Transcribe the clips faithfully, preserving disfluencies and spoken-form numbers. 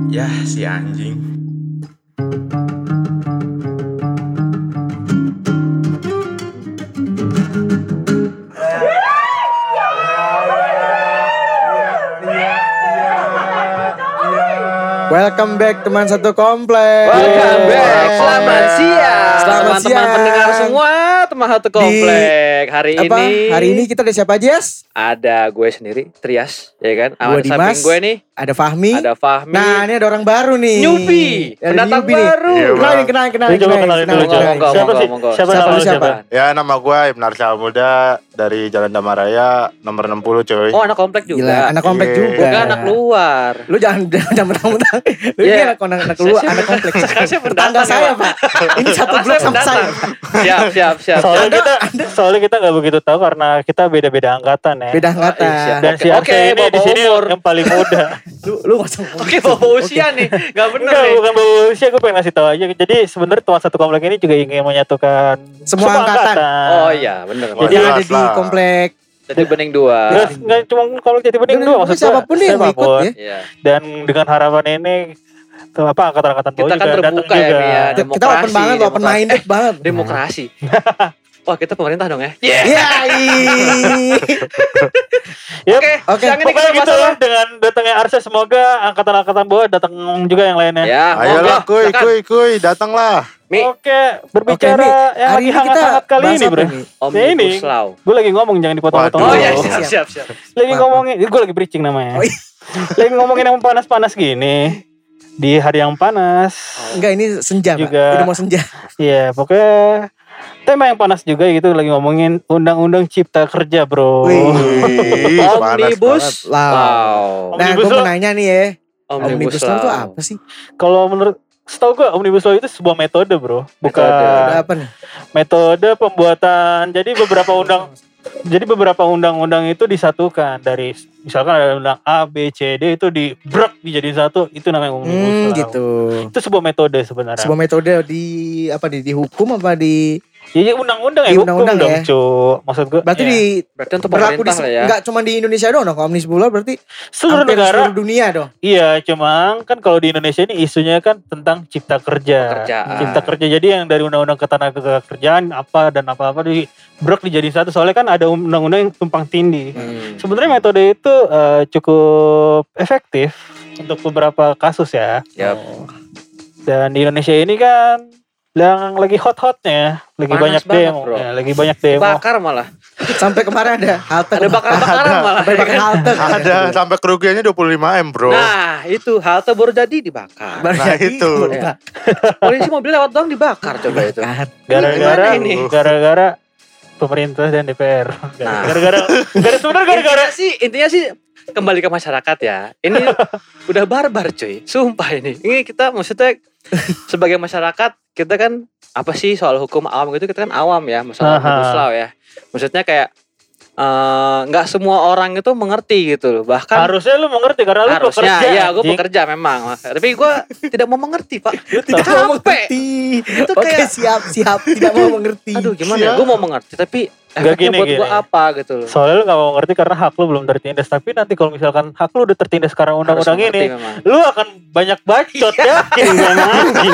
Yah, si anjing. Welcome back teman satu komplek. Welcome back. Selamat siang. Selamat teman-teman siang. pendengar semua, teman satu komplek. Hari Apa? ini Hari ini kita ada siapa aja, Yes? ada gue sendiri, Trias, ya kan? Gua Ada samping Dimas. gue nih, Ada Fahmi. ada Fahmi. Nah, ini ada orang baru nih. Newbie, Ada pendatang newbie nih. baru. Iya, Kenalin, kenalin, kenalin. Coba kenalin, kenalin dulu, kenalin, coba. kenalin. Monggo, Siapa monggo, sih? monggo. Siapa Siapa nama lu, lu, siapa? siapa? Ya, nama gue Ibnar Syah Muda dari Jalan Damaraya nomor enam puluh, coy. Oh, anak komplek Gila, juga. anak komplek Iya. juga. Bukan anak luar. Lu jangan jangan mentang-mentang. Lu Iya. ini anak anak anak luar, Saya- anak komplek. saya Tetangga pendatang, saya, ya, Pak. Ini satu Anak blok saya sama saya, pendatang. Pak. Siap, siap, siap. Soalnya siap. kita, soalnya kita nggak begitu tahu karena kita beda-beda angkatan ya. Beda Iya, angkatan. siap. Dan Oke, si Arsa oke, ini bawa di sini umur. yang paling muda. Lu lu enggak usah ngomong Oke, gitu. bawa usia nih. Gak bener Enggak, nih. bukan bawa usia, gue pengen ngasih tahu aja. Jadi sebenarnya teman satu komplek ini juga ingin menyatukan Semua angkatan. Oh iya, bener. Wah, Jadi jelas ada di lah. komplek. Jadi bening dua. Terus nggak cuma komplek Jati Bening Dan doang, maksud gue siapapun deh yang mau ikut siapapun. ya. Iya. Dan dengan harapan ini tuh apa angkatan-angkatan bawah Kita kan juga datang terbuka ya, juga. Mi, ya. Kita Demokrasi, open banget, loh, open demokrasi. minded banget. Demokrasi. Wah, kita pemerintah dong ya. Iya. ih. Yep. Oke, Oke, siang ini Pokoknya kita gitu bahas lah apa? dengan datangnya Arsa, semoga angkatan-angkatan bawah datang juga yang lainnya. Ya, Ayolah, monggo, kuy, silakan. kuy, kuy, datanglah. Mi, Oke, berbicara Oke, Mi. yang Hari lagi ini kita hangat-hangat kali bahas ini, apa bro. nih? Ya ini, Omnibus Law. gue lagi ngomong jangan dipotong-potong. Oh Waduh. iya, dulu. siap, siap, siap. Lagi Maaf, ngomongin, gue lagi bridging namanya. Oh, iya. Lagi ngomongin yang panas-panas gini. Di hari yang panas. Enggak, ini senja, Pak. Juga. Udah mau senja. Iya, pokoknya tema yang panas juga gitu. Lagi ngomongin undang-undang cipta kerja, bro. Wih, panas Omnibus banget. Law. Law. Nah, Omnibus gue mau Law. nanya nih ya. Omnibus Omnibus Law itu apa sih? Kalau menurut setahu gue Omnibus Law itu sebuah metode, bro. Bukan Metode. Ada apa nih? metode pembuatan. Jadi beberapa undang jadi beberapa undang-undang itu disatukan dari misalkan ada undang A, B, C, D itu di brek dijadiin satu, itu namanya Omnibus Hmm, Law. gitu. Itu sebuah metode sebenarnya. Sebuah metode di apa di dihukum apa di Jadi undang-undang Di ya hukum undang-undang dong, ya. Cuk. Maksud gue. berarti ya. di Berarti untuk berlaku di pemerintah lah ya. enggak cuma di Indonesia doang dong. Omnibus Law berarti seluruh hampir negara. seluruh dunia dong. Iya, cuma kan kalau di Indonesia ini isunya kan tentang cipta kerja. Pekerjaan. Cipta kerja. Jadi yang dari undang-undang ketenaga kerjaan apa dan apa-apa di brek dijadiin satu. Soalnya kan ada undang-undang yang tumpang tindih. Hmm. Sebenarnya metode itu eh, cukup efektif untuk beberapa kasus ya. Yap. Dan di Indonesia ini kan yang lagi hot-hotnya, lagi Panas banyak banget, demo, bro. ya, lagi banyak demo. Bakar malah. Sampai kemarin ada halte. Ada bakar-bakaran malah. Sampai bakar halte. Ada sampai kerugiannya dua puluh lima M, bro. Nah, itu halte baru jadi dibakar. Baru Nah, jadi, itu. baru Ya. bakar. Polisi mobil lewat doang dibakar coba itu. Gara-gara Gimana ini? gara-gara pemerintah dan D P R. Nah. Gara-gara gara sebenarnya gara-gara Intinya sih, intinya sih kembali ke masyarakat ya. Ini udah barbar cuy. Sumpah ini. Ini kita maksudnya sebagai masyarakat kita kan apa sih soal hukum awam gitu, kita kan awam ya masalah Aha. Omnibus Law ya. Maksudnya kayak eh, nggak semua orang itu mengerti gitu loh. Bahkan harusnya lu mengerti karena lu harusnya bekerja. ya gue anjing. bekerja memang. Tapi gue tidak mau mengerti pak. Tidak mau Capek. mengerti. Itu Oke, kayak siap, siap. Tidak mau mengerti. aduh gimana ya, Siap. gue mau mengerti tapi Nggak efeknya gini, buat gue gini. apa gitu loh. Soalnya lu gak mau ngerti karena hak lu belum tertindas. Tapi nanti kalau misalkan hak lu udah tertindas karena undang-undang Harus mengerti ini, memang. lu akan banyak bacot yakin sama anjing.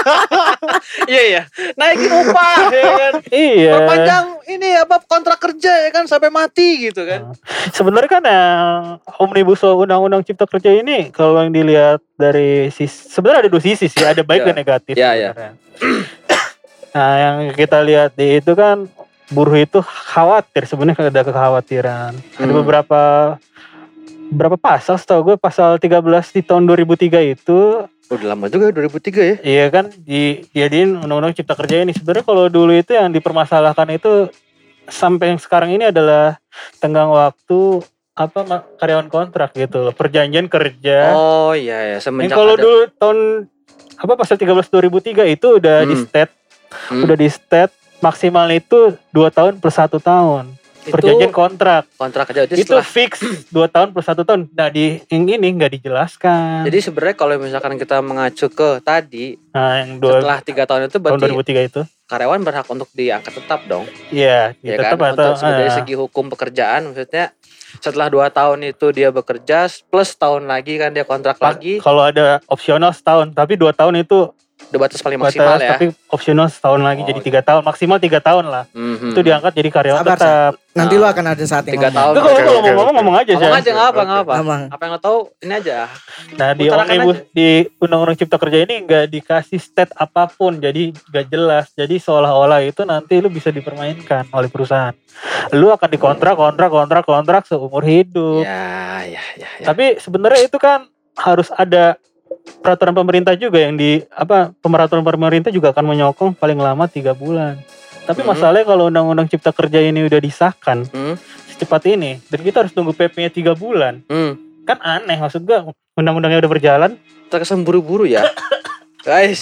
Iya iya, naikin upah ya kan. Iya. Perpanjang ini apa kontrak kerja ya kan sampai mati gitu kan. Sebenarnya kan yang Omnibus Law undang-undang cipta kerja ini kalau yang dilihat dari sisi sebenarnya ada dua sisi sih, ada baik Ya. dan negatif Ya, ya. sebenarnya. Nah, yang kita lihat di itu kan buruh itu khawatir, sebenarnya ada kekhawatiran. Ada Hmm. beberapa berapa pasal, setahu gue pasal tiga belas di tahun dua ribu tiga itu, Udah lama juga ya dua ribu tiga ya. iya kan di dijadiin undang-undang cipta kerja ini. Sebenarnya kalau dulu itu yang dipermasalahkan itu sampai yang sekarang ini adalah tenggang waktu apa ma- karyawan kontrak gitu loh, perjanjian kerja. Oh iya ya, yang semenjak kalau ada. dulu tahun apa pasal tiga belas dua ribu tiga itu udah Hmm. di state, Hmm. udah di state maksimalnya itu dua tahun plus satu tahun. Itu Perjanjian kontrak kontrak kerja jadi itu setelah. fix dua tahun plus satu tahun. Nah di yang ini nggak dijelaskan. Jadi sebenarnya kalau misalkan kita mengacu ke tadi nah yang dua, setelah tiga tahun itu tahun berarti dua ribu tiga itu, karyawan berhak untuk diangkat tetap dong. iya, Ya tetap kan atau untuk dari ah, segi hukum pekerjaan maksudnya setelah dua tahun itu dia bekerja plus tahun lagi kan dia kontrak lagi. Kalau ada opsional setahun, tapi dua tahun itu Udah batas paling batas, maksimal ya. tapi opsional setahun lagi Oh, jadi tiga tahun, maksimal tiga tahun lah. Mhm. Itu diangkat jadi karyawan Sabar, tetap. Nanti Nah, lu akan ada saat yang tiga ngomong. tahun. Itu kalau Oke, kalau oke, mau ngomong oke. ngomong aja Ngomong Shay. aja nggak apa nggak apa. Ngomong. Apa yang lo tahu ini aja. Nah di Utarakan omnibus aja. di undang-undang cipta kerja ini nggak dikasih stat apapun, jadi nggak jelas. Jadi seolah-olah itu nanti lu bisa dipermainkan oleh perusahaan. Lu akan dikontrak, kontrak, kontrak, kontrak seumur hidup. Ya ya ya. ya. Tapi sebenarnya itu kan harus ada peraturan pemerintah juga yang di apa peraturan pemerintah juga akan menyokong paling lama tiga bulan. Tapi Hmm. masalahnya kalau undang-undang cipta kerja ini udah disahkan Hmm. secepat ini dan kita harus tunggu P P-nya tiga bulan, Hmm. kan aneh. Maksud gua undang-undangnya udah berjalan. Terkesan buru-buru ya. Guys,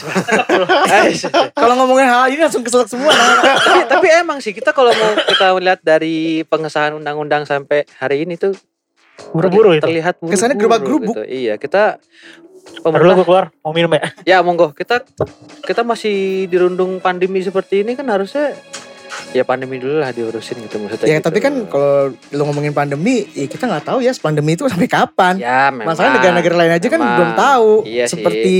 guys. Kalau ngomongin hal ini langsung keselak semua. Nah. tapi, tapi emang sih kita kalau mau kita melihat dari pengesahan undang-undang sampai hari ini tuh Buru-buru itu. terlihat buru-buru. Kesannya gerubak-gerubuk. gitu. Iya, kita Baru pemerintah gue keluar mau minum ya. ya monggo kita kita masih dirundung pandemi seperti ini kan harusnya ya pandemi dulu lah diurusin gitu maksudnya. Ya gitu. tapi kan kalau lu ngomongin pandemi, ya kita nggak tahu ya pandemi itu sampai kapan. ya memang. Masalah negara-negara lain aja kan Memang. belum tahu. Iya sih. Seperti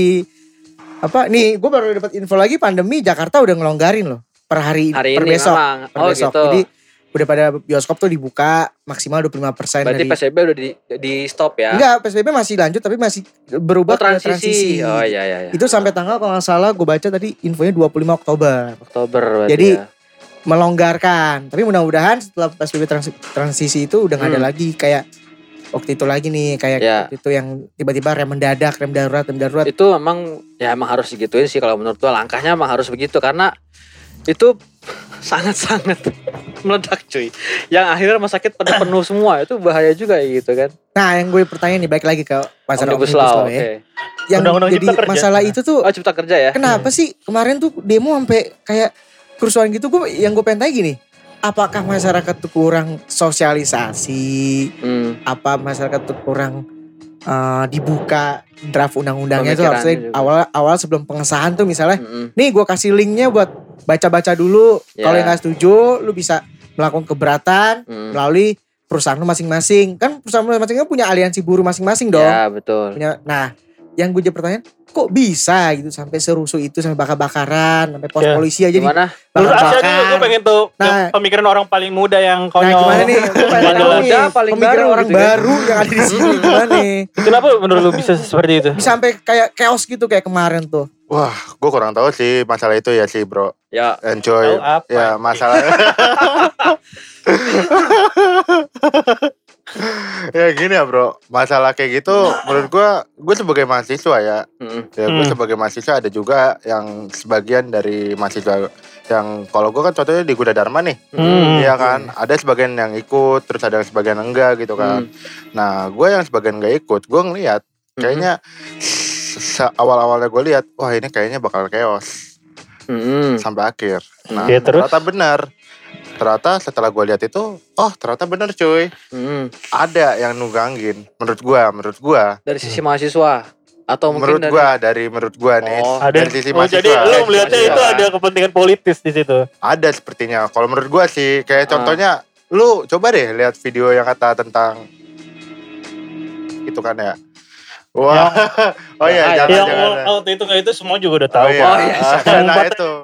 apa? Nih, gue baru dapat info lagi pandemi Jakarta udah ngelonggarin loh per hari, Hari per ini besok. memang. Per Oh besok. gitu. Jadi udah pada bioskop tuh dibuka maksimal dua puluh lima persen Berarti dari. P S B B udah di, di stop ya. Enggak, P S B B masih lanjut tapi masih Oh, berubah ke transisi. Oh iya iya iya. Itu sampai tanggal kalau nggak salah gue baca tadi infonya dua puluh lima Oktober. Oktober berarti Jadi, ya. Melonggarkan. Tapi mudah-mudahan setelah P S B B transi- transisi itu udah nggak ada Hmm. lagi kayak waktu itu lagi nih kayak Ya. waktu itu yang tiba-tiba rem mendadak, rem darurat, rem darurat. Itu memang ya emang harus digituin sih kalau menurut gua langkahnya emang harus begitu karena itu sangat-sangat meledak cuy. Yang akhirnya rumah sakit pada penuh semua itu bahaya juga gitu kan. Nah, yang gue pertanyaan nih balik lagi ke masalah Omnibus Omnibus Law, Law oke. ya. Yang Undang-undang jadi Cipta Kerja. masalah itu tuh Oh cipta kerja ya. kenapa sih kemarin tuh demo sampai kayak kerusuhan gitu? Gue yang gue pengen tanya gini, apakah masyarakat tuh kurang sosialisasi? Hmm. Apa masyarakat tuh kurang eh, dibuka draft undang-undangnya itu Pemikirannya harusnya juga. awal awal sebelum pengesahan tuh misalnya, Mm-mm. nih gue kasih linknya buat baca-baca dulu. Ya. Kalau yang nggak setuju, lu bisa melakukan keberatan Mm. melalui perusahaan lu masing-masing. Kan perusahaan lu masing-masing kan punya aliansi buruh masing-masing dong. Ya betul. Punya, nah, yang gue jadi pertanyaan, kok bisa gitu sampai serusuh itu sampai bakar-bakaran, sampai pos Ya. polisi aja di Gimana? Menurut Asya dulu bakar-bakar. gue pengen tahu Nah. yang pemikiran orang paling muda yang Nah, konyol. gimana nih? Gue pengen Paling tahu muda, nih, paling pemikiran baru orang gitu kan. baru yang ada di sini gimana nih? Kenapa menurut lu bisa seperti itu? Bisa sampai kayak chaos gitu kayak kemarin tuh. Wah, gue kurang tahu sih masalah itu ya sih bro. Ya. Enjoy. Tahu apa? Ya masalah. Ya gini ya bro, masalah kayak gitu menurut gue, gue sebagai mahasiswa ya, Mm-mm. ya gue Hmm. sebagai mahasiswa ada juga yang sebagian dari mahasiswa yang kalau gue kan contohnya di Gunadarma nih, Hmm. iya kan, ada sebagian yang ikut, terus ada yang sebagian enggak gitu kan. Hmm. Nah, gue yang sebagian enggak ikut, gue ngelihat kayaknya se- awal-awalnya gue lihat, wah ini kayaknya bakal chaos Mm-mm. sampai akhir. Nah, Ya, terus? ternyata benar. Ternyata setelah gue lihat itu, oh ternyata benar cuy. Mm-mm. Ada yang nunggangin. Menurut gue, menurut gue, Dari sisi mahasiswa atau mungkin menurut dari gue dari menurut gue nih, Oh, Ada dari sisi oh, mahasiswa. jadi lu melihatnya Iya. itu ada kepentingan politis di situ. Ada sepertinya. Kalau menurut gue sih, kayak Ah. contohnya, lu coba deh lihat video yang kata tentang itu kan ya. Wah, oh iya, Ya, jangan, yang jangan. waktu itu nggak itu semua juga udah tahu. Oh iya, Oh, iya, Ah, nah Empat- itu.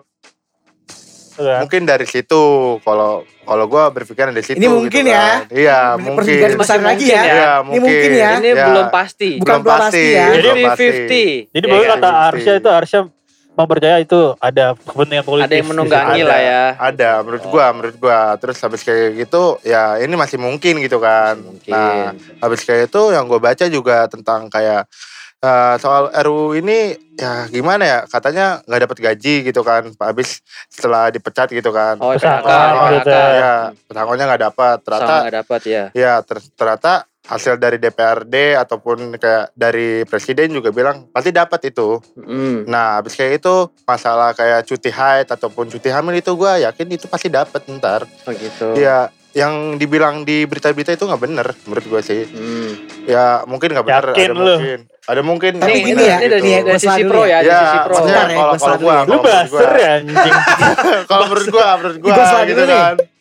Kan? Mungkin dari situ, kalau kalau gue berpikir dari situ. Ini mungkin gitu ya. kan. Iya, Ini mungkin. persinggahan besar Masih lagi mungkin ya. ya. Iya, Ini mungkin ya. ini Ya. belum pasti. Bukan Belum belum pasti ya. Jadi belum lima pasti. puluh lima puluh. Jadi Ya baru kan? kata pasti. Arsya itu Arsya mempercaya itu ada kepentingan politis. Ada yang menunggangi Ada, lah ya. Ada, menurut Oh. gua, menurut gua. Terus habis kayak gitu, ya ini masih mungkin gitu kan. Mungkin. Nah, habis kayak itu yang gua baca juga tentang kayak eh, soal R U U ini ya gimana ya? Katanya nggak dapat gaji gitu kan. Habis setelah dipecat gitu kan. Oh, P H K, Pesangon, P H K. maksudnya. Ya, pesangonnya nggak dapat. Ternyata Sama nggak dapat ya. ya ter- ternyata hasil dari D P R D ataupun kayak dari presiden juga bilang pasti dapat itu. Mm. Nah, habis kayak itu masalah kayak cuti haid ataupun cuti hamil itu gue yakin itu pasti dapat ntar. Oh gitu. Ya, yang dibilang di berita-berita itu nggak bener menurut gue sih. Hmm. Ya mungkin nggak bener, Yakin ada lu? mungkin, ada mungkin. Tapi Ini, nggak gini bener ya, ini dari, gitu. dari Gua sisi selalu pro ya. ya, dari Ya, sisi pro. maksudnya Bentar ya, kalau gua kalau selalu gue, ya. Lu baser ya anjing. kalau menurut gue, menurut gue Gua selalu gitu dulu nih. kan.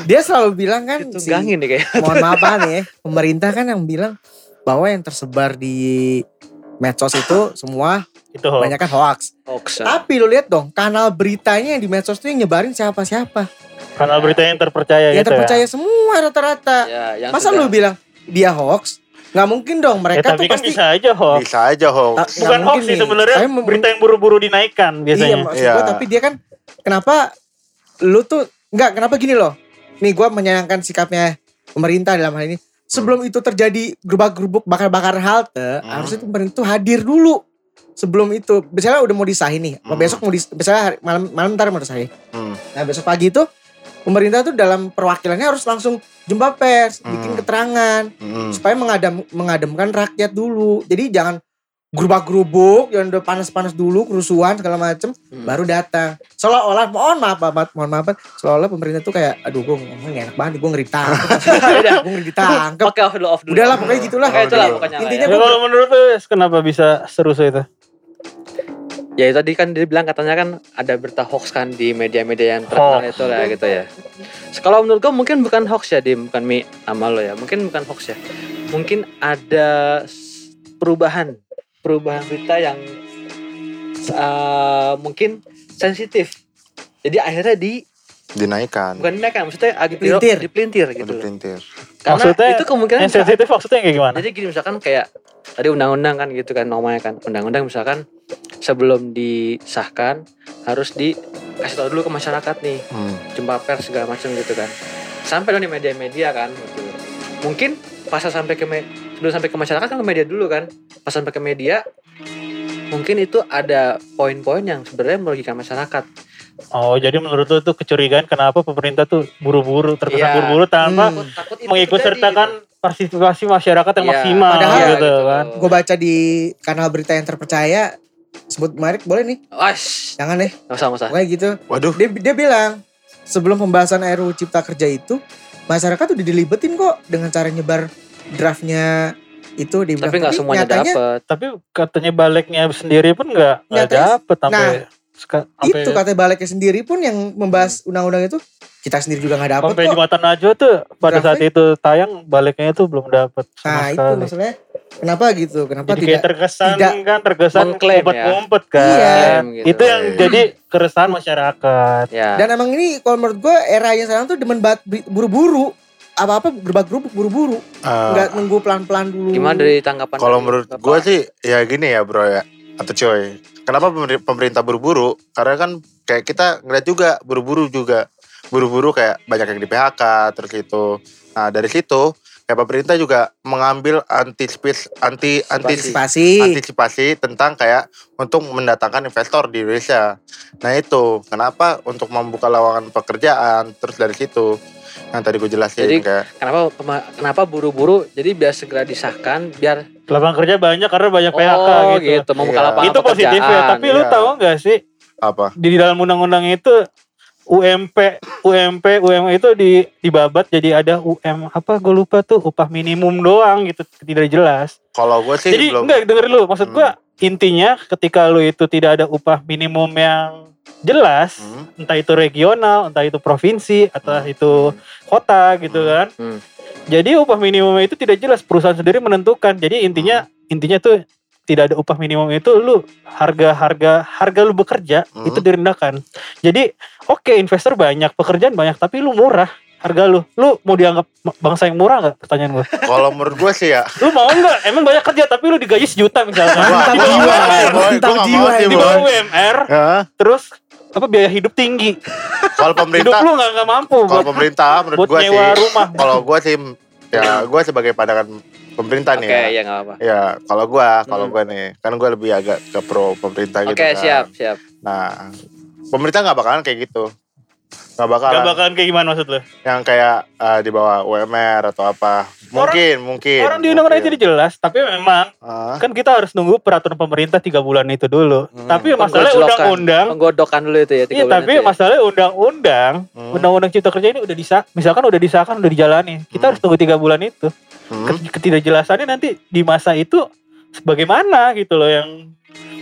Dia selalu bilang kan Itu si, gangin nih kayak. mohon maaf nih ya, pemerintah kan yang bilang bahwa yang tersebar di medsos itu semua Itu hoax. banyak kan hoax. Hoax. Tapi lu lihat dong, kanal beritanya yang di medsos itu yang nyebarin siapa-siapa. Kanal berita yang terpercaya Yang gitu terpercaya ya. semua rata-rata. Ya, yang Masa sudah- lu bilang dia hoax? Nggak mungkin dong, Ya, mereka tapi tuh kan pasti bisa aja hoax. Bisa aja hoax. Ta- Bukan nggak hoax mungkin sih nih. sebenarnya, Tapi mem- berita yang buru-buru dinaikkan Iya biasanya. maksud Iya. gue, tapi dia kan kenapa lu tuh nggak, kenapa gini loh. Nih gue menyayangkan sikapnya pemerintah dalam hal ini. Sebelum itu terjadi gerubak-gerubuk bakar-bakar halte, Hmm. harusnya tuh pemerintah tuh hadir dulu. Sebelum itu, misalnya udah mau disahin nih, Hmm. besok mau dis, misalnya hari, malam malam ntar mau disahin. Hmm. Nah besok pagi itu pemerintah tuh dalam perwakilannya harus langsung jumpa pers, bikin Hmm. keterangan Hmm. supaya mengadam mengademkan rakyat dulu. Jadi jangan gerubak-gerubuk yang udah panas-panas dulu, kerusuhan segala macem, Hmm. baru datang. Seolah-olah, mohon maaf, Bapak, mohon maaf, Pak. Seolah-olah pemerintah tuh kayak, aduh gue ngomong enak banget, gue ngeri tangkep. Udah. gue ngeri ditangkep. Oke, off dulu, off dulu. Udahlah pokoknya gitulah. Oke, itulah Oke. pokoknya. lah Intinya ya. Ya, kalau menurut lu kenapa bisa seru itu? Ya itu tadi kan dia bilang katanya kan ada berita hoax kan di media-media yang terkenal Hoax. itu lah gitu ya. Kalau menurut gue mungkin bukan hoax ya, Dim, bukan mi sama lo ya. Mungkin bukan hoax ya. Mungkin ada s- perubahan, perubahan berita yang uh, mungkin sensitif. Jadi akhirnya di Dinaikkan. bukan dinaikkan, maksudnya agak Dipelintir. dipelintir gitu. Udah loh. pelintir. Karena Maksudnya itu kemungkinan Yang bisa- sensitif maksudnya kayak gimana? jadi gini misalkan kayak tadi undang-undang kan gitu kan namanya kan undang-undang misalkan sebelum disahkan harus dikasih tahu dulu ke masyarakat nih, Hmm. jumpa pers segala macam gitu kan, sampai dong di media-media kan gitu. Mungkin pas sampai ke me- sebelum sampai ke masyarakat kan ke media dulu kan, pas sampai ke media mungkin itu ada poin-poin yang sebenarnya merugikan masyarakat. Oh, jadi menurut lu tuh kecurigaan kenapa pemerintah tuh buru-buru, terkesan Iya. buru-buru tanpa Hmm. Takut, takut itu mengikut terjadi sertakan partisipasi masyarakat yang Iya. maksimal Padahal- gitu, gitu. kan. Gue baca di kanal berita yang terpercaya, sebut merek boleh nih? Wash, Jangan deh, nggak usah, nggak usah. pokoknya gitu. Waduh. Dia, dia bilang sebelum pembahasan R U U Cipta Kerja itu masyarakat udah dilibetin kok dengan cara nyebar draftnya itu di Tapi nggak semuanya dapet. Tapi katanya baliknya sendiri pun nggak nggak Nyatanya- dapet sampai Nah, seka- sampai itu katanya baliknya sendiri pun yang membahas undang-undang itu kita sendiri juga nggak dapet sampai di kok. mata Najwa tuh pada saat Draftnya- itu tayang baliknya itu belum dapet sama Nah itu sekali. maksudnya kenapa gitu? Kenapa Jadi kayak tidak? terkesan tidak kan terkesan mengklaim ya. ngumpet-ngumpet kan. Iya. Klaim gitu. Itu yang Iya. jadi keresahan masyarakat. Ya. Dan emang ini kalau menurut gue eranya sekarang tuh demen banget beri- buru-buru. Apa-apa gerubak-gerubuk buru-buru. Eh, Nggak nunggu pelan-pelan dulu. Gimana dari tanggapan Kalau dari menurut Bapak? gue sih ya gini ya bro ya atau coy. Kenapa pemer- pemerintah buru-buru? Karena kan kayak kita ngeliat juga buru-buru juga. Buru-buru kayak banyak yang di P H K terus itu. Nah dari situ kayak pemerintah juga mengambil antisipasi anti anti Antisipasi. antisipasi tentang kayak untuk mendatangkan investor di Indonesia. Nah itu kenapa untuk membuka lowongan pekerjaan terus dari situ yang tadi gue jelasin Jadi, kayak Kenapa pema- kenapa buru-buru? Jadi biar segera disahkan, biar Lapangan kerja banyak karena banyak P H K oh, gitu. membuka Iya. lapangan Itu positif ya, pekerjaan. tapi lu iya. tahu nggak sih apa? di dalam undang-undang itu U M P, U M P, U M itu di dibabat jadi ada U M apa gue lupa tuh upah minimum doang gitu, tidak jelas. Kalau gue sih Jadi belum. enggak dengerin lu, maksud Hmm. gua intinya ketika lu itu tidak ada upah minimum yang jelas, Hmm. entah itu regional, entah itu provinsi, atau itu kota gitu Hmm. kan. Hmm. Jadi upah minimumnya itu tidak jelas, perusahaan sendiri menentukan. Jadi intinya intinya tuh tidak ada upah minimum itu lu harga-harga harga lu bekerja Hmm. itu direndahkan. Jadi oke investor banyak, pekerjaan banyak, tapi lu murah harga lu. Lu mau dianggap bangsa yang murah nggak? Pertanyaan gue. Kalau menurut gue sih ya. Lu mau nggak? Emang banyak kerja tapi lu digaji sejuta misalnya. Mantap Di bawah jiwa, U M R. Boy, gua mantap nggak jiwa mau sih, ini. Di Boy. bawah U M R, Ya, terus apa biaya hidup tinggi. kalau Hidup pemerintah, lu nggak nggak mampu kalau buat, pemerintah menurut buat gue sih. nyewa rumah. Kalau gue sih, ya gue sebagai pandangan pemerintah Oke, nih ya. ya nggak apa. Ya, kalau gue, kalau Hmm. gue nih, kan gue lebih agak ke pro pemerintah gitu Oke, kan. siap, siap. Nah, pemerintah nggak bakalan kayak gitu, nggak bakalan. Gak bakalan kayak gimana maksud lu? Yang kayak eh, di bawah U M R atau apa. Mungkin, mungkin. Orang di undang-undang itu mungkin. jelas, tapi memang Ah, kan kita harus nunggu peraturan pemerintah tiga bulan itu dulu. Hmm. Tapi masalahnya Penggojlokan. undang-undang, Penggodokan dulu itu ya. tiga iya bulan tapi itu ya. masalahnya undang-undang, hmm, undang-undang cipta kerja ini udah disah, misalkan udah disahkan, udah dijalani. Kita Hmm. harus tunggu tiga bulan itu. hmm. Ket- Ketidakjelasannya nanti di masa itu bagaimana gitu loh yang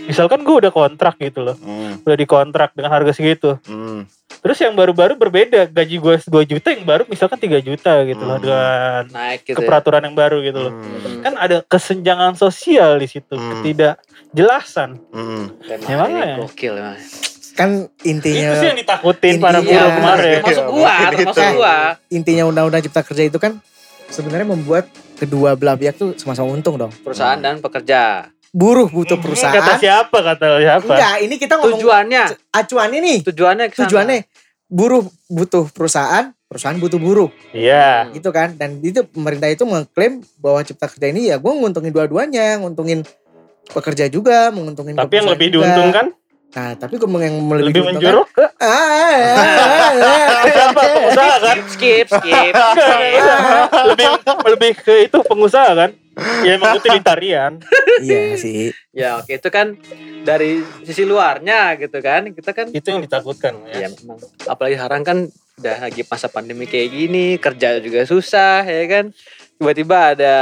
misalkan gue udah kontrak gitu loh. Hmm. Udah dikontrak dengan harga segitu. Hmm. Terus yang baru-baru berbeda, gaji gue dua juta, yang baru misalkan tiga juta gitu loh, Hmm. dengan Naik gitu. Ya. keperaturan yang baru gitu loh. Hmm. Kan ada kesenjangan sosial di situ, Hmm. ketidakjelasan. Hmm. Emang Emang ini ya? gokil emang. Kan intinya Itu sih yang ditakutin para Intinya- buruh kemarin. Termasuk gua, Mungkin termasuk itu. gua. intinya undang-undang cipta kerja itu kan sebenarnya membuat kedua belah pihak tuh sama-sama untung dong. Perusahaan dan pekerja. Buruh butuh Hmm, perusahaan. Kata siapa? Kata siapa? Enggak, ini kita ngomong Tujuannya, acuannya nih. tujuannya ke sana. Tujuannya buruh butuh perusahaan, perusahaan butuh buruh, Iya. Hmm. gitu kan. Dan itu pemerintah itu mengklaim bahwa cipta kerja ini ya gue nguntungin dua-duanya, nguntungin pekerja juga, menguntungin Tapi yang perusahaan lebih juga. diuntungkan, Nah, tapi gue yang lebih, lebih diuntungkan- menjuruk ke Ah, ah, ah, ah, siapa? Pengusaha kan? Skip, skip, skip. lebih lebih ke itu pengusaha kan? Ya emang utilitarian. Iya sih. Ya oke, itu kan dari sisi luarnya gitu kan. Kita kan Itu yang ditakutkan ya ya. memang apalagi sekarang kan udah lagi masa pandemi kayak gini, kerja juga susah ya kan. Tiba-tiba ada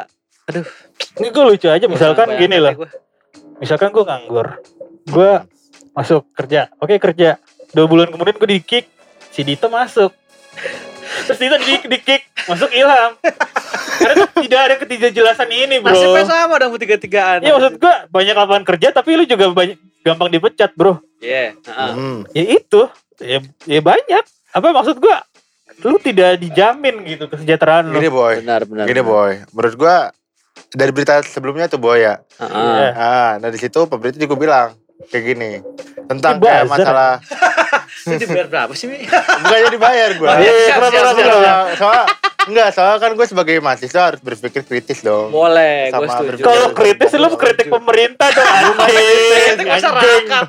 Ini gue lucu aja, misalkan Bayangkan gini deh loh. gua. Misalkan gue nganggur, gue masuk kerja, oke kerja. Dua bulan kemudian gue di kick, si Dito masuk. Terus Dito di, di kick, masuk Ilham. Karena tuh tidak ada ketidakjelasan ini bro. Nasibnya sama dong tiga-tigaan. Iya maksud gue banyak lapangan kerja tapi lu juga banyak gampang dipecat bro. Iya, heeh. Hmm. Ya itu, ya, ya banyak. Apa maksud gue? Lu tidak dijamin gitu kesejahteraan lu. Gini boy, Benar, benar. gini benar. boy. Menurut gua dari berita sebelumnya tuh boy ya. Heeh. Iya. Ah, nah di situ pemerintah juga bilang kayak gini tentang Ini kayak buzzer. masalah Ini dibayar berapa sih, Mi? bukannya dibayar gua. Oh, iya, Iya, siap, kenapa, siap, kenapa, siap, kenapa? siap. Soalnya, soalnya enggak, soalnya kan gue sebagai mahasiswa harus berpikir kritis dong. Boleh, gue Sama setuju. berpikir- Kalau kritis lu kritik pemerintah dong anjing. Kritik masyarakat.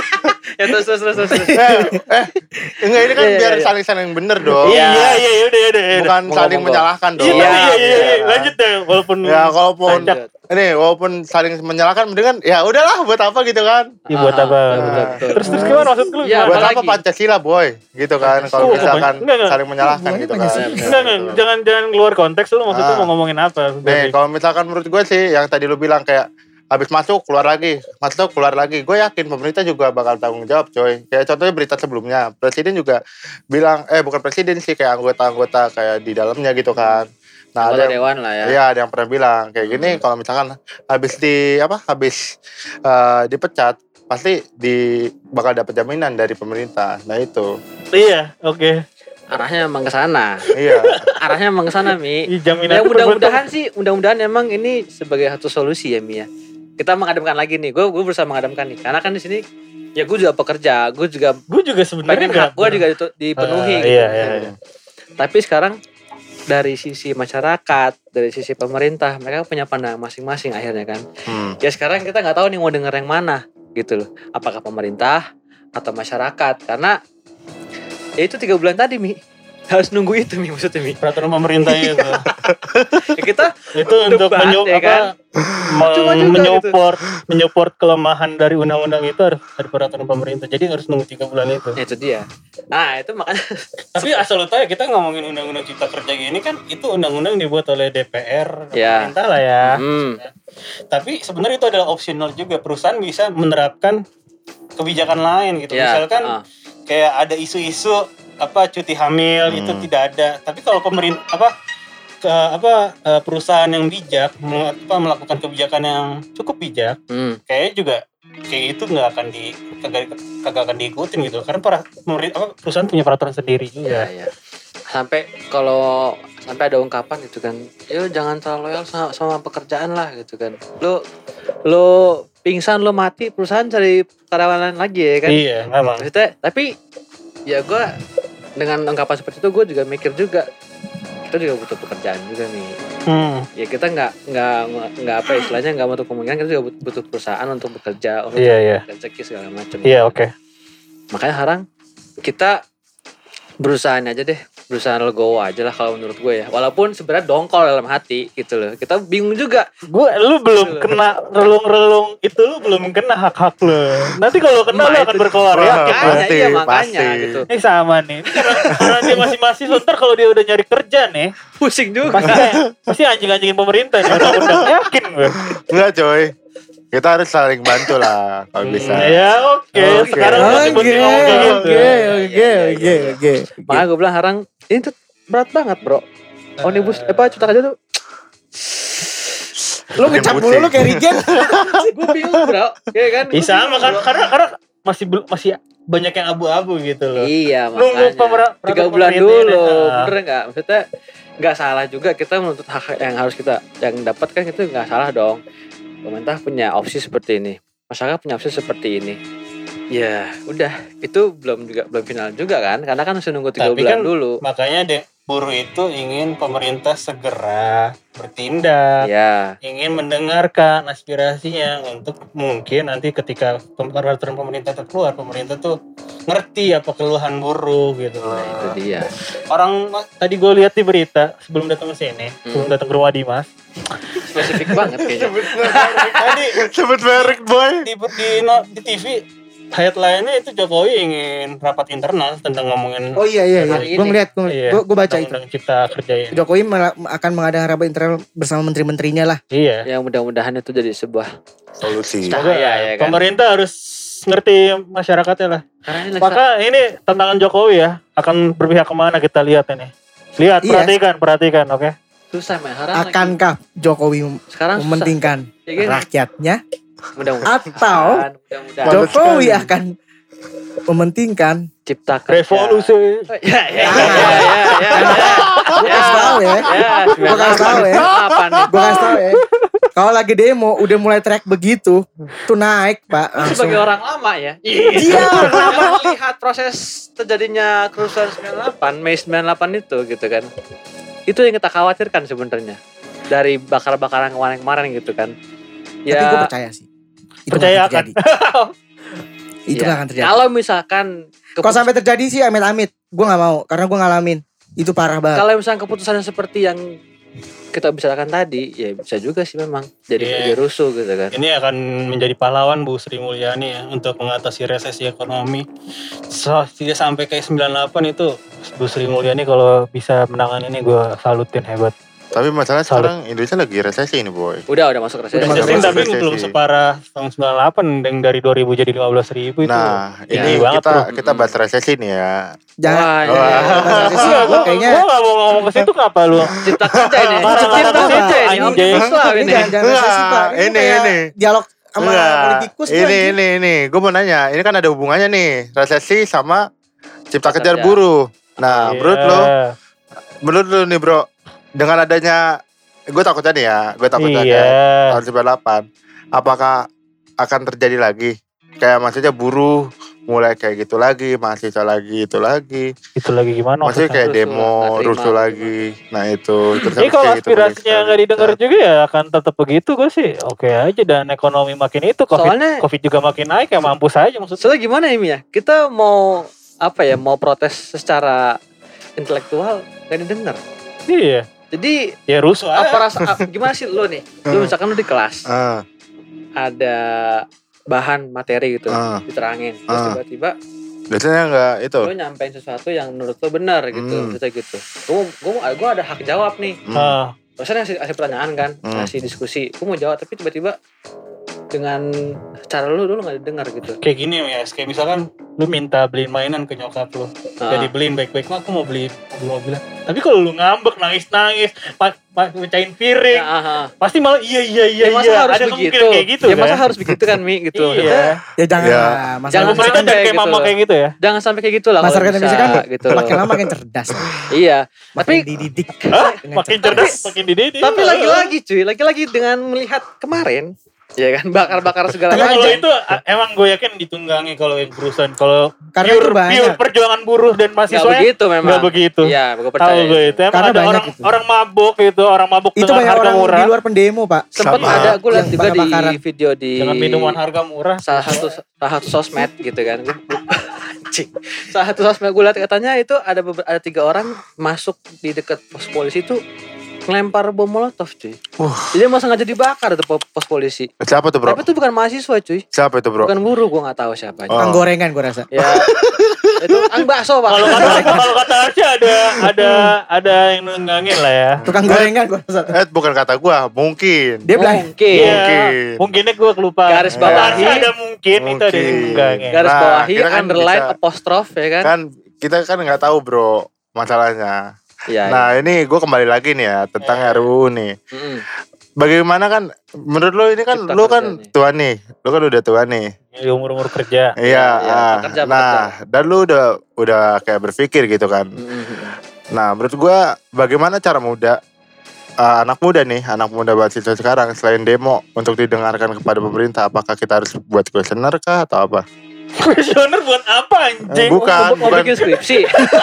Ya terus terus terus terus. terus. eh, eh, enggak ini kan Iya, iya, biar iya. saling-saling bener dong. Iya, Iya. iya, iya, udah, udah, udah. Bukan Monggo, saling monggo. menyalahkan dong. Iya, Iya, iya, iya, iya, iya. lanjut deh, walaupun Ya kalaupun Lanjut. ini walaupun saling menyalahkan mendingan ya udahlah buat apa gitu kan. ya buat Ah, apa? betul, betul, betul. Terus terus gimana maksud lu? Iya, gimana? Buat apa apalagi? Pancasila boy gitu kan kalau Oh, misalkan enggak, enggak. saling menyalahkan Hubungannya gitu kan. Pancasila. Enggak, enggak, jangan jangan keluar konteks lu maksud lu Ah. mau ngomongin apa? Nih kalau misalkan menurut gue sih yang tadi lu bilang kayak habis masuk keluar lagi, masuk keluar lagi. Gue yakin pemerintah juga bakal tanggung jawab coy. Kayak contohnya berita sebelumnya, presiden juga bilang, eh bukan presiden sih kayak anggota-anggota kayak di dalamnya gitu kan. Nah Anggota ada yang, dewan lah ya. iya ada yang pernah bilang kayak gini kalau misalkan habis di apa habis eh, dipecat pasti di bakal dapat jaminan dari pemerintah. Nah itu Iya, oke. Arahnya emang ke sana. iya. Arahnya emang ke sana, Mi. Ih, jaminan Ya itu mudah-mudahan sih, mudah-mudahan emang ini sebagai satu solusi ya, Mi ya. Kita mengadamkan lagi nih. Gue gue berusaha mengadamkan nih. Karena kan di sini ya gue juga pekerja, gue juga gue juga sebenarnya pengen enggak. hak gue juga ditu- dipenuhi Ah, gitu. iya, iya, iya. Tapi sekarang dari sisi masyarakat, dari sisi pemerintah, mereka punya pandangan masing-masing akhirnya kan. Hmm. Ya sekarang kita nggak tahu nih mau denger yang mana gitu loh. Apakah pemerintah atau masyarakat? Karena ya itu tiga bulan tadi, Mi. Harus nunggu itu, Mi, maksudnya, Mi. Peraturan pemerintah itu. Ya kita itu untuk Debat, menyu- ya apa, kan? me- Cuma juga menyupport menyupport kelemahan dari undang-undang itu harus dari peraturan pemerintah. Jadi harus nunggu tiga bulan itu. ya itu dia. Nah, itu makanya Tapi asal lo tahu ya, kita ngomongin undang-undang cipta kerja gini kan itu undang-undang dibuat oleh D P R Ya. pemerintah lah ya. hmm, Tapi sebenarnya itu adalah opsional juga, perusahaan bisa menerapkan kebijakan lain gitu. ya, Misalkan ah, kayak ada isu-isu apa cuti hamil Hmm. itu tidak ada. Tapi kalau pemerintah apa ke apa eh, perusahaan yang bijak mel- apa, melakukan kebijakan yang cukup bijak, hmm. kayaknya juga kayak itu nggak akan di kagak, kagak akan diikutin gitu. Karena para pemerintah apa, perusahaan punya peraturan sendiri Ya, juga. ya. Sampai kalau sampai ada ungkapan gitu kan, yo jangan terlalu loyal sama, sama pekerjaan lah gitu kan. Lo lo pingsan, lo mati, perusahaan cari karyawan lain lagi ya kan. Iya, memang. Maksudnya, tapi ya gue dengan ungkapan seperti itu gue juga mikir juga kita juga butuh pekerjaan juga nih. Hmm. Ya kita nggak nggak nggak apa istilahnya nggak untuk kemungkinan kita juga butuh perusahaan untuk bekerja untuk Iya, iya. rezeki segala macam. Iya, oke. Makanya sekarang kita berusaha aja deh, berusaha legowo aja lah kalau menurut gue ya. Walaupun sebenarnya dongkol dalam hati gitu loh. Kita bingung juga. Gue lu belum kena relung-relung itu, lu belum kena hak-hak lu. Nanti kalau kena Nah, lu akan itu- berkeluar Wah, yakin. Makanya pasti, iya makanya pasti. gitu. Ini sama nih. Ini karena, karena dia masih mahasiswa, ntar kalau dia udah nyari kerja nih, Pusing juga. pasti kayak, pasti anjing-anjingin pemerintah nih. Undang-undang yakin gue. Enggak coy. Kita harus saling bantu lah kalau bisa. Ya oke, Oke. sekarang Oke, masih penting ngomong kayak gitu. oke, oke, oke, oke. Makanya gue bilang sekarang ini tuh berat banget bro. Omnibus, eh, apa Cipta Kerja tuh? Lu ngecap mulu lu kayak Regen. Gue bingung bro. Iya kan? Iya sama kan, karena karena masih bel- masih banyak yang abu-abu gitu loh. Iya Nunggu makanya. pemer- Tiga peraturan bulan pemerintah ini. dulu, Nah. bener nggak? Maksudnya nggak salah juga kita menuntut hak yang harus kita yang dapat kan itu nggak salah dong. Pemerintah punya opsi seperti ini, masyarakat punya opsi seperti ini. Ya udah, itu belum juga belum final juga kan? Karena kan harus nunggu tiga Tapi bulan kan dulu. makanya deh buruh itu ingin pemerintah segera bertindak, Ya, ingin mendengarkan aspirasinya untuk mungkin nanti ketika peraturan pemerintah itu keluar, pemerintah tuh ngerti apa keluhan buruh gitu loh. nah itu dia. Orang tadi gue lihat di berita sebelum datang ke sini, sebelum datang ke rumah Dimas, Spesifik banget kayaknya. tadi Sebut merek boy. di di, no- di T V headline-nya itu Jokowi ingin rapat internal tentang ngomongin Oh iya iya iya. Hari Gue ini. ngeliat, gue iya, gue baca itu. undang-undang Cipta Kerja ini. Jokowi mela- akan mengadakan rapat internal bersama menteri-menterinya lah. Iya. Yang mudah-mudahan itu jadi sebuah Solusi. Semoga cahaya ya kan. pemerintah harus ngerti masyarakatnya lah. Karena ini Maka ini tantangan Jokowi ya akan berpihak kemana kita lihat ini. Lihat, Iya. perhatikan, perhatikan, oke? susah men. Sekarang lagi- Akankah Jokowi sekarang susah. mementingkan Ya kan? rakyatnya Mudah-mudahan. atau mudah-mudahan. Mantap Jokowi sekali. akan mementingkan? Cipta Kerja. Revolusi. Ya, ya, ya, ya, ya, ya. Gue kasih tahu ya. Ya, Gue kasih tahu ya. Apa nih? Gue kasih tahu ya. Kalau lagi demo udah mulai track begitu, tuh naik pak. Lu Langsung. sebagai orang lama ya. Iya, Yang melihat proses terjadinya kerusuhan sembilan puluh delapan, Mei sembilan puluh delapan itu gitu kan. Itu yang kita khawatirkan sebenarnya. Dari bakar-bakaran kemarin-kemarin gitu kan. Tapi gue Ya, percaya sih. Itu Percaya nggak akan terjadi. Itu ya. nggak akan terjadi. Kalau misalkan Kalau sampai terjadi sih amit-amit, gue nggak mau karena gue ngalamin. Itu parah banget. kalau misalkan keputusannya seperti yang kita bicarakan tadi, ya bisa juga sih memang jadi Iya. jadi rusuh gitu kan. Ini akan menjadi pahlawan Bu Sri Mulyani ya untuk mengatasi resesi ekonomi. So, tidak sampai kayak sembilan puluh delapan itu Bu Sri Mulyani kalau bisa menangani ini gue salutin hebat. Tapi masalahnya Salut. sekarang Indonesia lagi resesi ini boy. Udah udah masuk resesi. Udah Resesi masuk tapi resesi. belum separah tahun sembilan puluh delapan yang dari dua ribu jadi lima belas ribu itu. Nah, tinggi ini banget, kita bro. kita bahas resesi nih ya. Jangan. Wah, Wah. ya, Enggak, gue Kayaknya gue gak mau ngomong ke situ kenapa lu? Cipta Kerja ini. Marah, Cipta marah, Kerja marah. ini. Anjing. Omnibus Law ini ini. jangan jangan Enggak, resesi pak. Ini, ini, kayak ini. dialog sama Enggak. politikus. tuh, Ini anjing. ini ini, gue mau nanya, ini kan ada hubungannya nih resesi sama Cipta Cipta Kerja Kerja. buruh. Nah, Iya. menurut lo, menurut lo nih bro, dengan adanya, gue takutnya nih ya, gue takutnya Iya. kayak tahun sembilan puluh delapan, apakah akan terjadi lagi? Kayak maksudnya buruh mulai kayak gitu lagi, mahasiswa lagi itu lagi, Itu lagi gimana? maksudnya kayak Rusuh, demo, nggak terima, rusuh gitu. lagi. Nah itu, terus Ini habis kalau kayak gitu aspirasinya banyak nggak sekali. didengar juga ya akan tetap begitu gue sih oke aja dan ekonomi makin itu covid Soalnya- covid juga makin naik ya mampus aja maksudnya. Soalnya gimana ini ya? Kita mau apa ya? Mau protes secara intelektual gak didengar. Iya Jadi ya rusuh aja. apa rasa ap- gimana sih lo nih? Lo misalkan lo di kelas Ah, ada bahan materi gitu Ah. diterangin, terus Ah. tiba-tiba biasanya nggak itu. lo nyampein sesuatu yang menurut lo benar gitu, Hmm. maksudnya gitu. Gue gue gue ada hak jawab nih. Hmm. Ah, Terusnya ngasih, ngasih pertanyaan kan, Hmm. ngasih diskusi. Gue mau jawab tapi tiba-tiba dengan cara lu dulu nggak didengar gitu. kayak gini ya kayak misalkan lu minta beliin mainan ke nyokap lu Ah. jadi beliin baik-baik mah aku mau beli mobil-mobilan tapi kalau lu ngambek nangis-nangis pa- pa- mecahin piring Ya, ah, ah. pasti malah iya iya iya Ya, masa iya harus ada begitu? kemungkinan kayak gitu ya masa kan harus begitu kan Mi gitu. Maksudnya, iya Ya jangan Ya. lah. Jangan Masyarakat, pemerintah sampai jangan kayak gitu mama loh. kayak gitu ya Jangan sampai kayak gitu lah. kalau masyarakat bisa, Indonesia kan gitu makin loh. lama makin cerdas. Iya. Makin Tapi dididik. Hah? dengan makin cerdas. cerdas makin dididik tapi lagi-lagi cuy, lagi-lagi dengan melihat kemarin, ya kan bakar-bakar segala Tapi macam. kalau itu a- emang gue yakin ditunggangi kalau yang perusahaan kalau Karena pure, itu banyak. pure perjuangan buruh dan Nggak mahasiswa begitu memang. nggak begitu. Iya, gue Tahu percaya. gue itu emang Karena ada banyak orang itu. orang mabuk gitu orang mabuk Itu dengan banyak harga orang murah di luar pendemo pak. Sempet Sama. ada gue lihat Yang juga di bakar-bakaran. video di dengan minuman harga murah. salah satu salah satu sosmed gitu kan. Anjing. Salah satu sosmed gue lihat katanya itu ada beber- ada tiga orang masuk di dekat pos polisi itu ngelempar bom molotov cuy. Wah. Jadi mau sengaja dibakar tuh po- pos polisi. Siapa tuh bro? Tapi itu bukan mahasiswa cuy. Siapa itu bro? Bukan buruh, gue nggak tahu siapa. Oh. Tukang gorengan gue rasa. Ya, Itu ang bakso Pak. Kalau kata kalau kata Arca ada ada ada yang nenggangin lah ya. Tukang gorengan gue rasa. Eh bukan kata gue, mungkin. Dia bilang Mungkin. Iya, Mungkin. Mungkinnya gue kelupaan. Garis Kata bawahi. Arca ada mungkin, itu ada yang Mungkin. nenggangin. Garis Nah, bawahi, kita kan underline, bisa- apostrof ya kan. Kan kita kan nggak tahu bro masalahnya. Iya. Nah ini gue kembali lagi nih ya tentang Eh. R U U nih. Mm-mm. Bagaimana kan menurut lo ini kan Cipta lo kerja kan nih. tua nih, lo kan udah tua nih. Di umur-umur kerja. Iya. iya, ah. pekerja, Nah dan lo udah udah kayak berpikir gitu kan. Mm-mm. Nah menurut gue bagaimana cara muda ah, anak muda nih, anak muda mahasiswa sekarang selain demo untuk didengarkan kepada pemerintah, apakah kita harus buat questionnaire kah atau apa? Kuesioner buat apa anjing? Bukan, Mau bukan, bikin skripsi.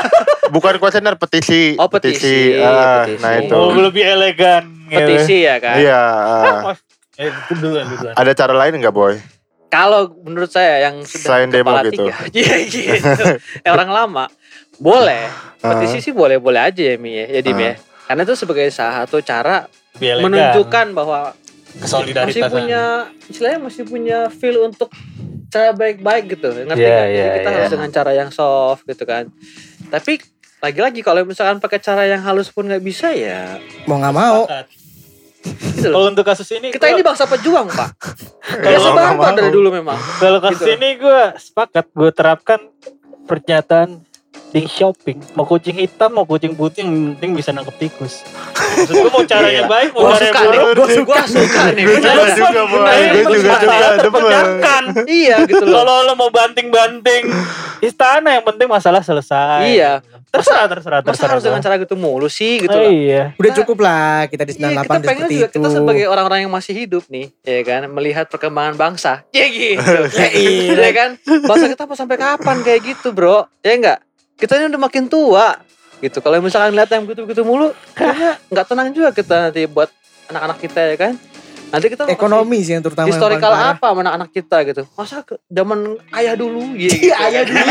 bukan questionnaire, petisi. Oh, petisi, ah, petisi. Nah itu. Mau lebih elegan. gitu. Petisi ya kan. Iya. ah. Eh, itu duluan, duluan. Ada cara lain nggak boy? Kalau menurut saya yang sudah Selain demo kepala gitu. tiga, iya gitu. Yang orang lama boleh. Petisi sih boleh-boleh aja ya Mi ya, ya Dim ya. Karena itu sebagai salah satu cara Lebih elegan. menunjukkan bahwa masih Kesolidaritas. punya istilahnya masih punya feel untuk cara baik-baik gitu, ngerti Iya, nggak? Jadi iya, kita iya. harus dengan cara yang soft gitu kan. Tapi lagi-lagi kalau misalkan pakai cara yang halus pun nggak bisa ya mau nggak mau. gitu loh. Kalau untuk kasus ini Kita gua- ini bangsa pejuang Pak. Kalau Biasa nggak banget mau. dari dulu memang. Kalau kasus Gitu. ini gue sepakat, gue terapkan pernyataan di shopping. Mau kucing hitam, mau kucing putih, yang penting bisa nangkep tikus. Maksud gue mau caranya Gila. baik, mau Gua caranya suka nih, buruk. gua suka, gua suka nih. Gue Bener. juga juga boy, Bener. gue juga juga Masalah demen. terpecahkan. Iya gitu loh. Kalau lo mau banting-banting istana, yang penting masalah selesai. Iya. Terserah, terserah, Masa terserah. harus dengan cara gitu mulu sih gitu Oh, loh. iya. Udah cukup lah kita di Iya, sembilan puluh kita delapan pengen seperti juga itu. kita sebagai orang-orang yang masih hidup nih, ya kan, melihat perkembangan bangsa. Ya gitu. Iya. ya kan? Bangsa kita mau sampai kapan kayak gitu, Bro? Ya enggak? Kita ini udah makin tua. Gitu. Kalau misalkan lihat yang begitu-begitu mulu, kayaknya enggak tenang juga kita nanti buat anak-anak kita ya kan. Nanti kita mau Ekonomi sih yang terutama. kasih yang historical paling parah. apa sama anak-anak kita gitu. Masa ke zaman ayah dulu gitu. Iya, ayah dulu.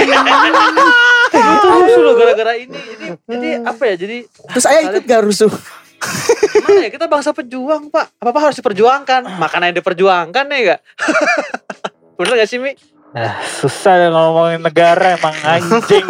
Itu rusuh loh gara-gara ini. Jadi, jadi apa ya? Jadi Terus ayah ikut gak rusuh? mana ya, kita bangsa pejuang Pak. Apa-apa harus diperjuangkan. Makanan yang diperjuangkan ya gak? Bener gak sih Mi? Nah, susah ya ngomongin negara, emang anjing.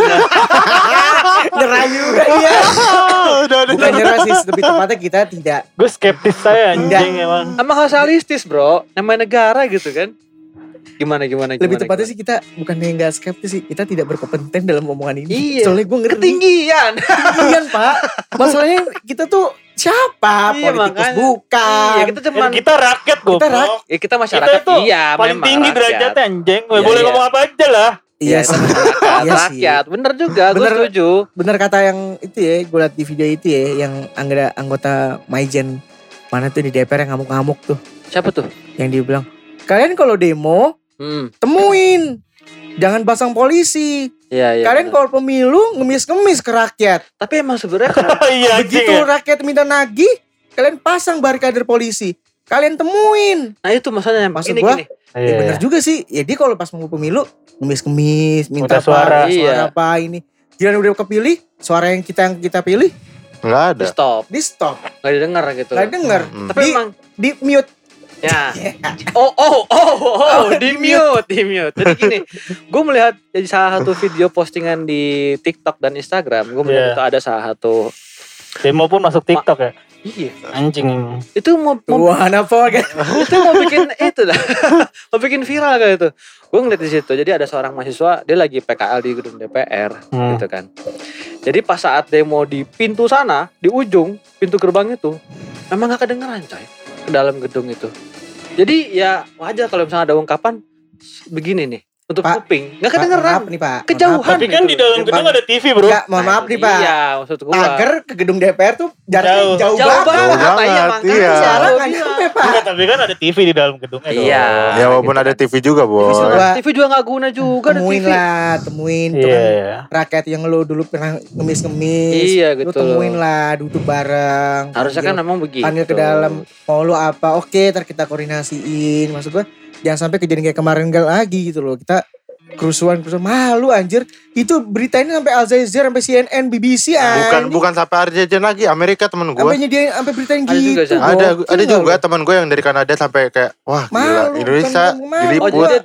Nyerah juga iya. Udah udah. Bukan nyerah sih, lebih tepatnya kita tidak. Gue skeptis saya anjing emang. Emang harus realistis bro. Namanya negara gitu kan. Gimana gimana gimana. Lebih tepatnya gimana? sih kita bukannya nggak skeptis sih, kita tidak berkompeten dalam omongan ini. Iya. Soalnya gue ngeri. Ketinggian. Ketinggian Pak. Masalahnya kita tuh siapa? Iya, Politikus makanya. bukan. Iya kita cuman. Kita rakyat goblok. Kita rak- Ya, kita masyarakat. Kita itu iya paling memang tinggi rakyat. derajatnya anjing. Gue Iya, boleh iya. ngomong apa aja lah. Iya sih. Masyarakat, Iya sih. rakyat. Bener juga. Gue Bener. setuju. Bener kata yang itu ya, gue liat di video itu ya, yang anggota anggota Maijen mana tuh di D P R yang ngamuk-ngamuk tuh, Siapa tuh? yang dia bilang, kalian kalau demo Hmm. temuin, jangan pasang polisi. Iya iya. Kalian bener. kalau pemilu ngemis-ngemis ke rakyat. Tapi emang sebenarnya kan Iya anjing. Begitu ya. rakyat minta nagih, kalian pasang barikader polisi. Kalian temuin. nah itu maksudnya Maksud ini gua, gini. Ya Iya. bener juga sih. Ya dia kalau pas mau pemilu ngemis-ngemis, minta Minta suara. apa, suara Iya. apa ini. Jangan udah kepilih, suara yang kita yang kita pilih Nggak ada. Di stop. di stop, Nggak didengar gitu. nggak denger. Hmm. Tapi Di, emang di mute. ya. Oh, oh, oh, oh, di mute, di mute. Jadi gini, gue melihat jadi salah satu video postingan di TikTok dan Instagram, gue melihat Iya. itu ada salah satu, Demo pun masuk TikTok ya. iya, Anjing. itu mau, mau Wah, apa kan? itu mau bikin itu dah, mau bikin viral kayak itu. Gue ngeliat di situ, jadi ada seorang mahasiswa, dia lagi P K L di gedung D P R, Hmm. gitu kan. Jadi pas saat demo di pintu sana, di ujung pintu gerbang itu, memang gak kedengeran coy, ke dalam gedung itu. Jadi ya wajar kalau misalnya ada ungkapan begini nih untuk Pak, kuping, nggak Pak, kedengeran. maaf nih Pak. Kejauhan. Tapi kan gitu. di dalam gedung ada T V bro. Enggak, mohon maaf Nah, nih Pak. Iya, maksud gua. Pagar ke gedung D P R tuh jaraknya Jauh. jauh, jauh banget. banget. Jauh banget, Iya, makanya iya. Siaran gua nggak bilang. nyampe Pak. Enggak, tapi kan ada T V di dalam gedungnya dong. Iya. Ya walaupun gitu ada kan. T V juga boy. Coba T V juga nggak guna juga ada T temuin V. lah, temuin tuh Iya, kan iya. rakyat yang lo dulu pernah ngemis-ngemis. Iya Lu gitu. temuin lah, duduk bareng. Harusnya kan panggil- memang begitu. panggil ke dalam, mau lu apa, oke ntar kita koordinasiin. Maksud gua jangan sampai kejadian kayak kemarin gak lagi gitu loh. Kita kerusuhan kerusuhan malu anjir. Itu berita ini sampai Al Jazeera, sampai C N N, B B C Bukan anjing. bukan sampai Arjen lagi, Amerika temen gue. Sampai nyediain sampai beritain Ada juga, gitu. San. Ada gokil ada nggak juga lu? teman gue yang dari Kanada sampai kayak wah gila Malu, Indonesia bukan malu. Oh diliput. jadi dia, dia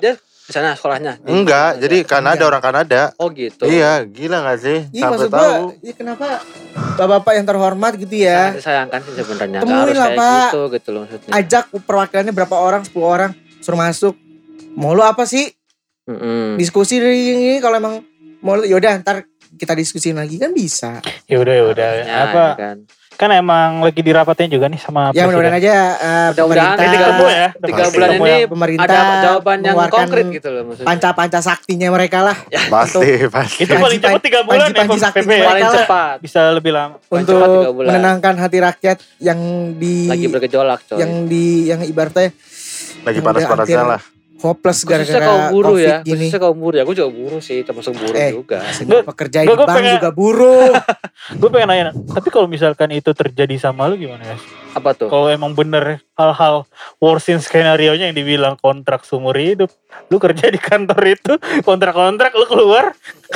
di sana sekolahnya? Di Enggak, Kanada. jadi Kanada Iya. orang Kanada. Oh gitu. Iya, gila gak sih? Iya Sampai maksud tahu. gua, ya kenapa bapak-bapak yang terhormat gitu Sangat ya, disayangkan sih sebenarnya. Nggak Temuin harus lah, kayak Pak. gitu gitu loh maksudnya. ajak perwakilannya berapa orang, sepuluh orang, suruh masuk. Mau lu apa sih? Mm-mm. Diskusi ini kalau emang mau lu- yaudah ntar kita diskusiin lagi kan bisa. Ya udah ya udah. Harusnya, Apa ya kan. kan emang lagi dirapatin juga nih sama Ya mudah-mudahan presiden. aja uh, Mudah-mudahan pemerintah, ini ketemu ya. Tiga Pasti. bulan Ketemu ini yang- pemerintah ada jawaban yang mengeluarkan konkret gitu loh maksudnya. panca-panca saktinya mereka lah Pasti, pasti. Itu paling cepat tiga bulan ya panji-panji P sakti P ya. mereka Paling lah. cepat. Bisa lebih lama. Paling untuk cepat tiga bulan. menenangkan hati rakyat yang di Lagi bergejolak coy. yang di yang ibaratnya Lagi udah panas-panasnya hampir lah. hopeless Khususnya gara-gara kaum buruh covid ya. gini. Khususnya kaum buruh ya. Aku juga buruh sih, termasuk buruh Eh. juga. Semua pekerja di gua- gua bank pengen- juga buruh. Gue pengen nanya, tapi kalau misalkan itu terjadi sama lu gimana ya? Apa tuh? Kalau emang bener hal-hal worst skenario nya yang dibilang kontrak seumur hidup, lu kerja di kantor itu kontrak-kontrak, lu keluar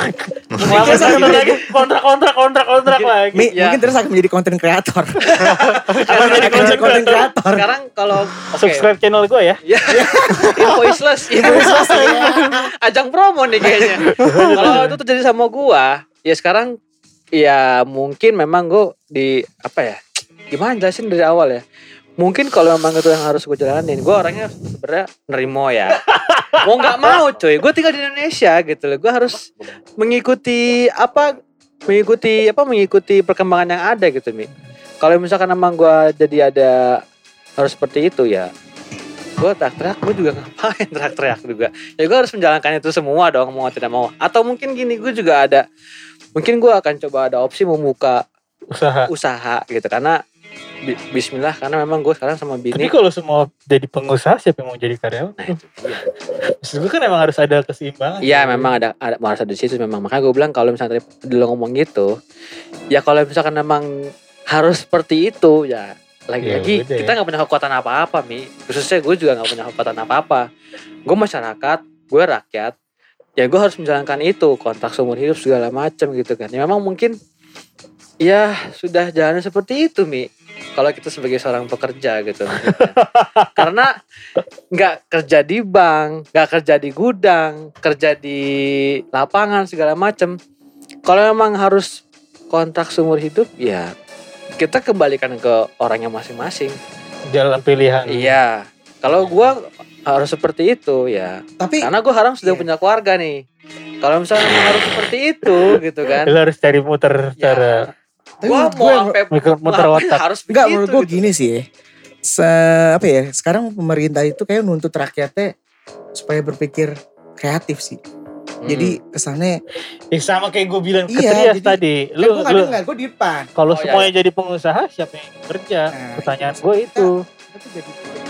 lama satu lagi kontrak-kontrak kontrak-kontrak lagi. Mi, Ya. Mungkin terus akan menjadi content creator. Akan jadi Akan jadi content creator. Sekarang kalau oke. Subscribe channel gue ya. Ya, info isles, info isles. Ajang promo nih kayaknya. Kalau itu terjadi sama gua, ya sekarang ya mungkin memang gua di apa ya? Gimana jelasin dari awal ya? Mungkin kalau memang itu yang harus gue jalanin, gue orangnya sebenarnya nerimo ya. Mau nggak mau, coy. Gue tinggal di Indonesia gitu loh. Gue harus mengikuti apa? Mengikuti apa? Mengikuti perkembangan yang ada gitu, Mi. Kalau misalkan emang gue jadi ada harus seperti itu ya, gue teriak-teriak, gue juga ngapain teriak-teriak juga. Ya gue harus menjalankan itu semua dong, mau tidak mau. Atau mungkin gini, gue juga ada, mungkin gue akan coba ada opsi membuka Usaha. usaha gitu, karena bi- Bismillah, karena memang gue sekarang sama Tapi bini. kalau semua jadi pengusaha, siapa yang mau jadi karyawan? Nah, itu dia. Maksud gue kan emang harus ada keseimbangan. Iya memang ada ada harus ada di situ memang, makanya gue bilang kalau misalnya tadi lo ngomong gitu, ya kalau misalkan memang harus seperti itu ya lagi-lagi Ya udah. kita nggak punya kekuatan apa-apa, Mi. Khususnya gue juga nggak punya kekuatan apa-apa. Gue masyarakat, gue rakyat, ya gue harus menjalankan itu, kontrak seumur hidup segala macam gitu kan. Ya memang mungkin ya sudah jalannya seperti itu, Mi. Kalau kita sebagai seorang pekerja gitu maksudnya. Karena nggak kerja di bank, nggak kerja di gudang, kerja di lapangan segala macam. Kalau memang harus kontrak seumur hidup, ya kita kembalikan ke orangnya masing-masing. Jalan pilihan. Iya. Kalau gua harus seperti itu ya. Tapi Karena gua harus sudah Iya. punya keluarga nih. Kalau misalnya memang harus seperti itu gitu kan. Lu harus cari muter Ya, cara tapi gua menurut mau gue- sampai muter- muter ngapain otak. harus enggak begitu, menurut gue gitu. gini sih. Se apa ya? Sekarang pemerintah itu kayak nuntut rakyatnya supaya berpikir kreatif sih. Hmm. Jadi kesannya Ya sama kayak gue bilang ke Iya, Trias jadi- tadi. kan Lu, gue lu kadang nggak, gue di depan. kalau Oh, iya, semuanya jadi pengusaha, siapa yang kerja? Nah, Pertanyaan itu gue itu. Tapi jadi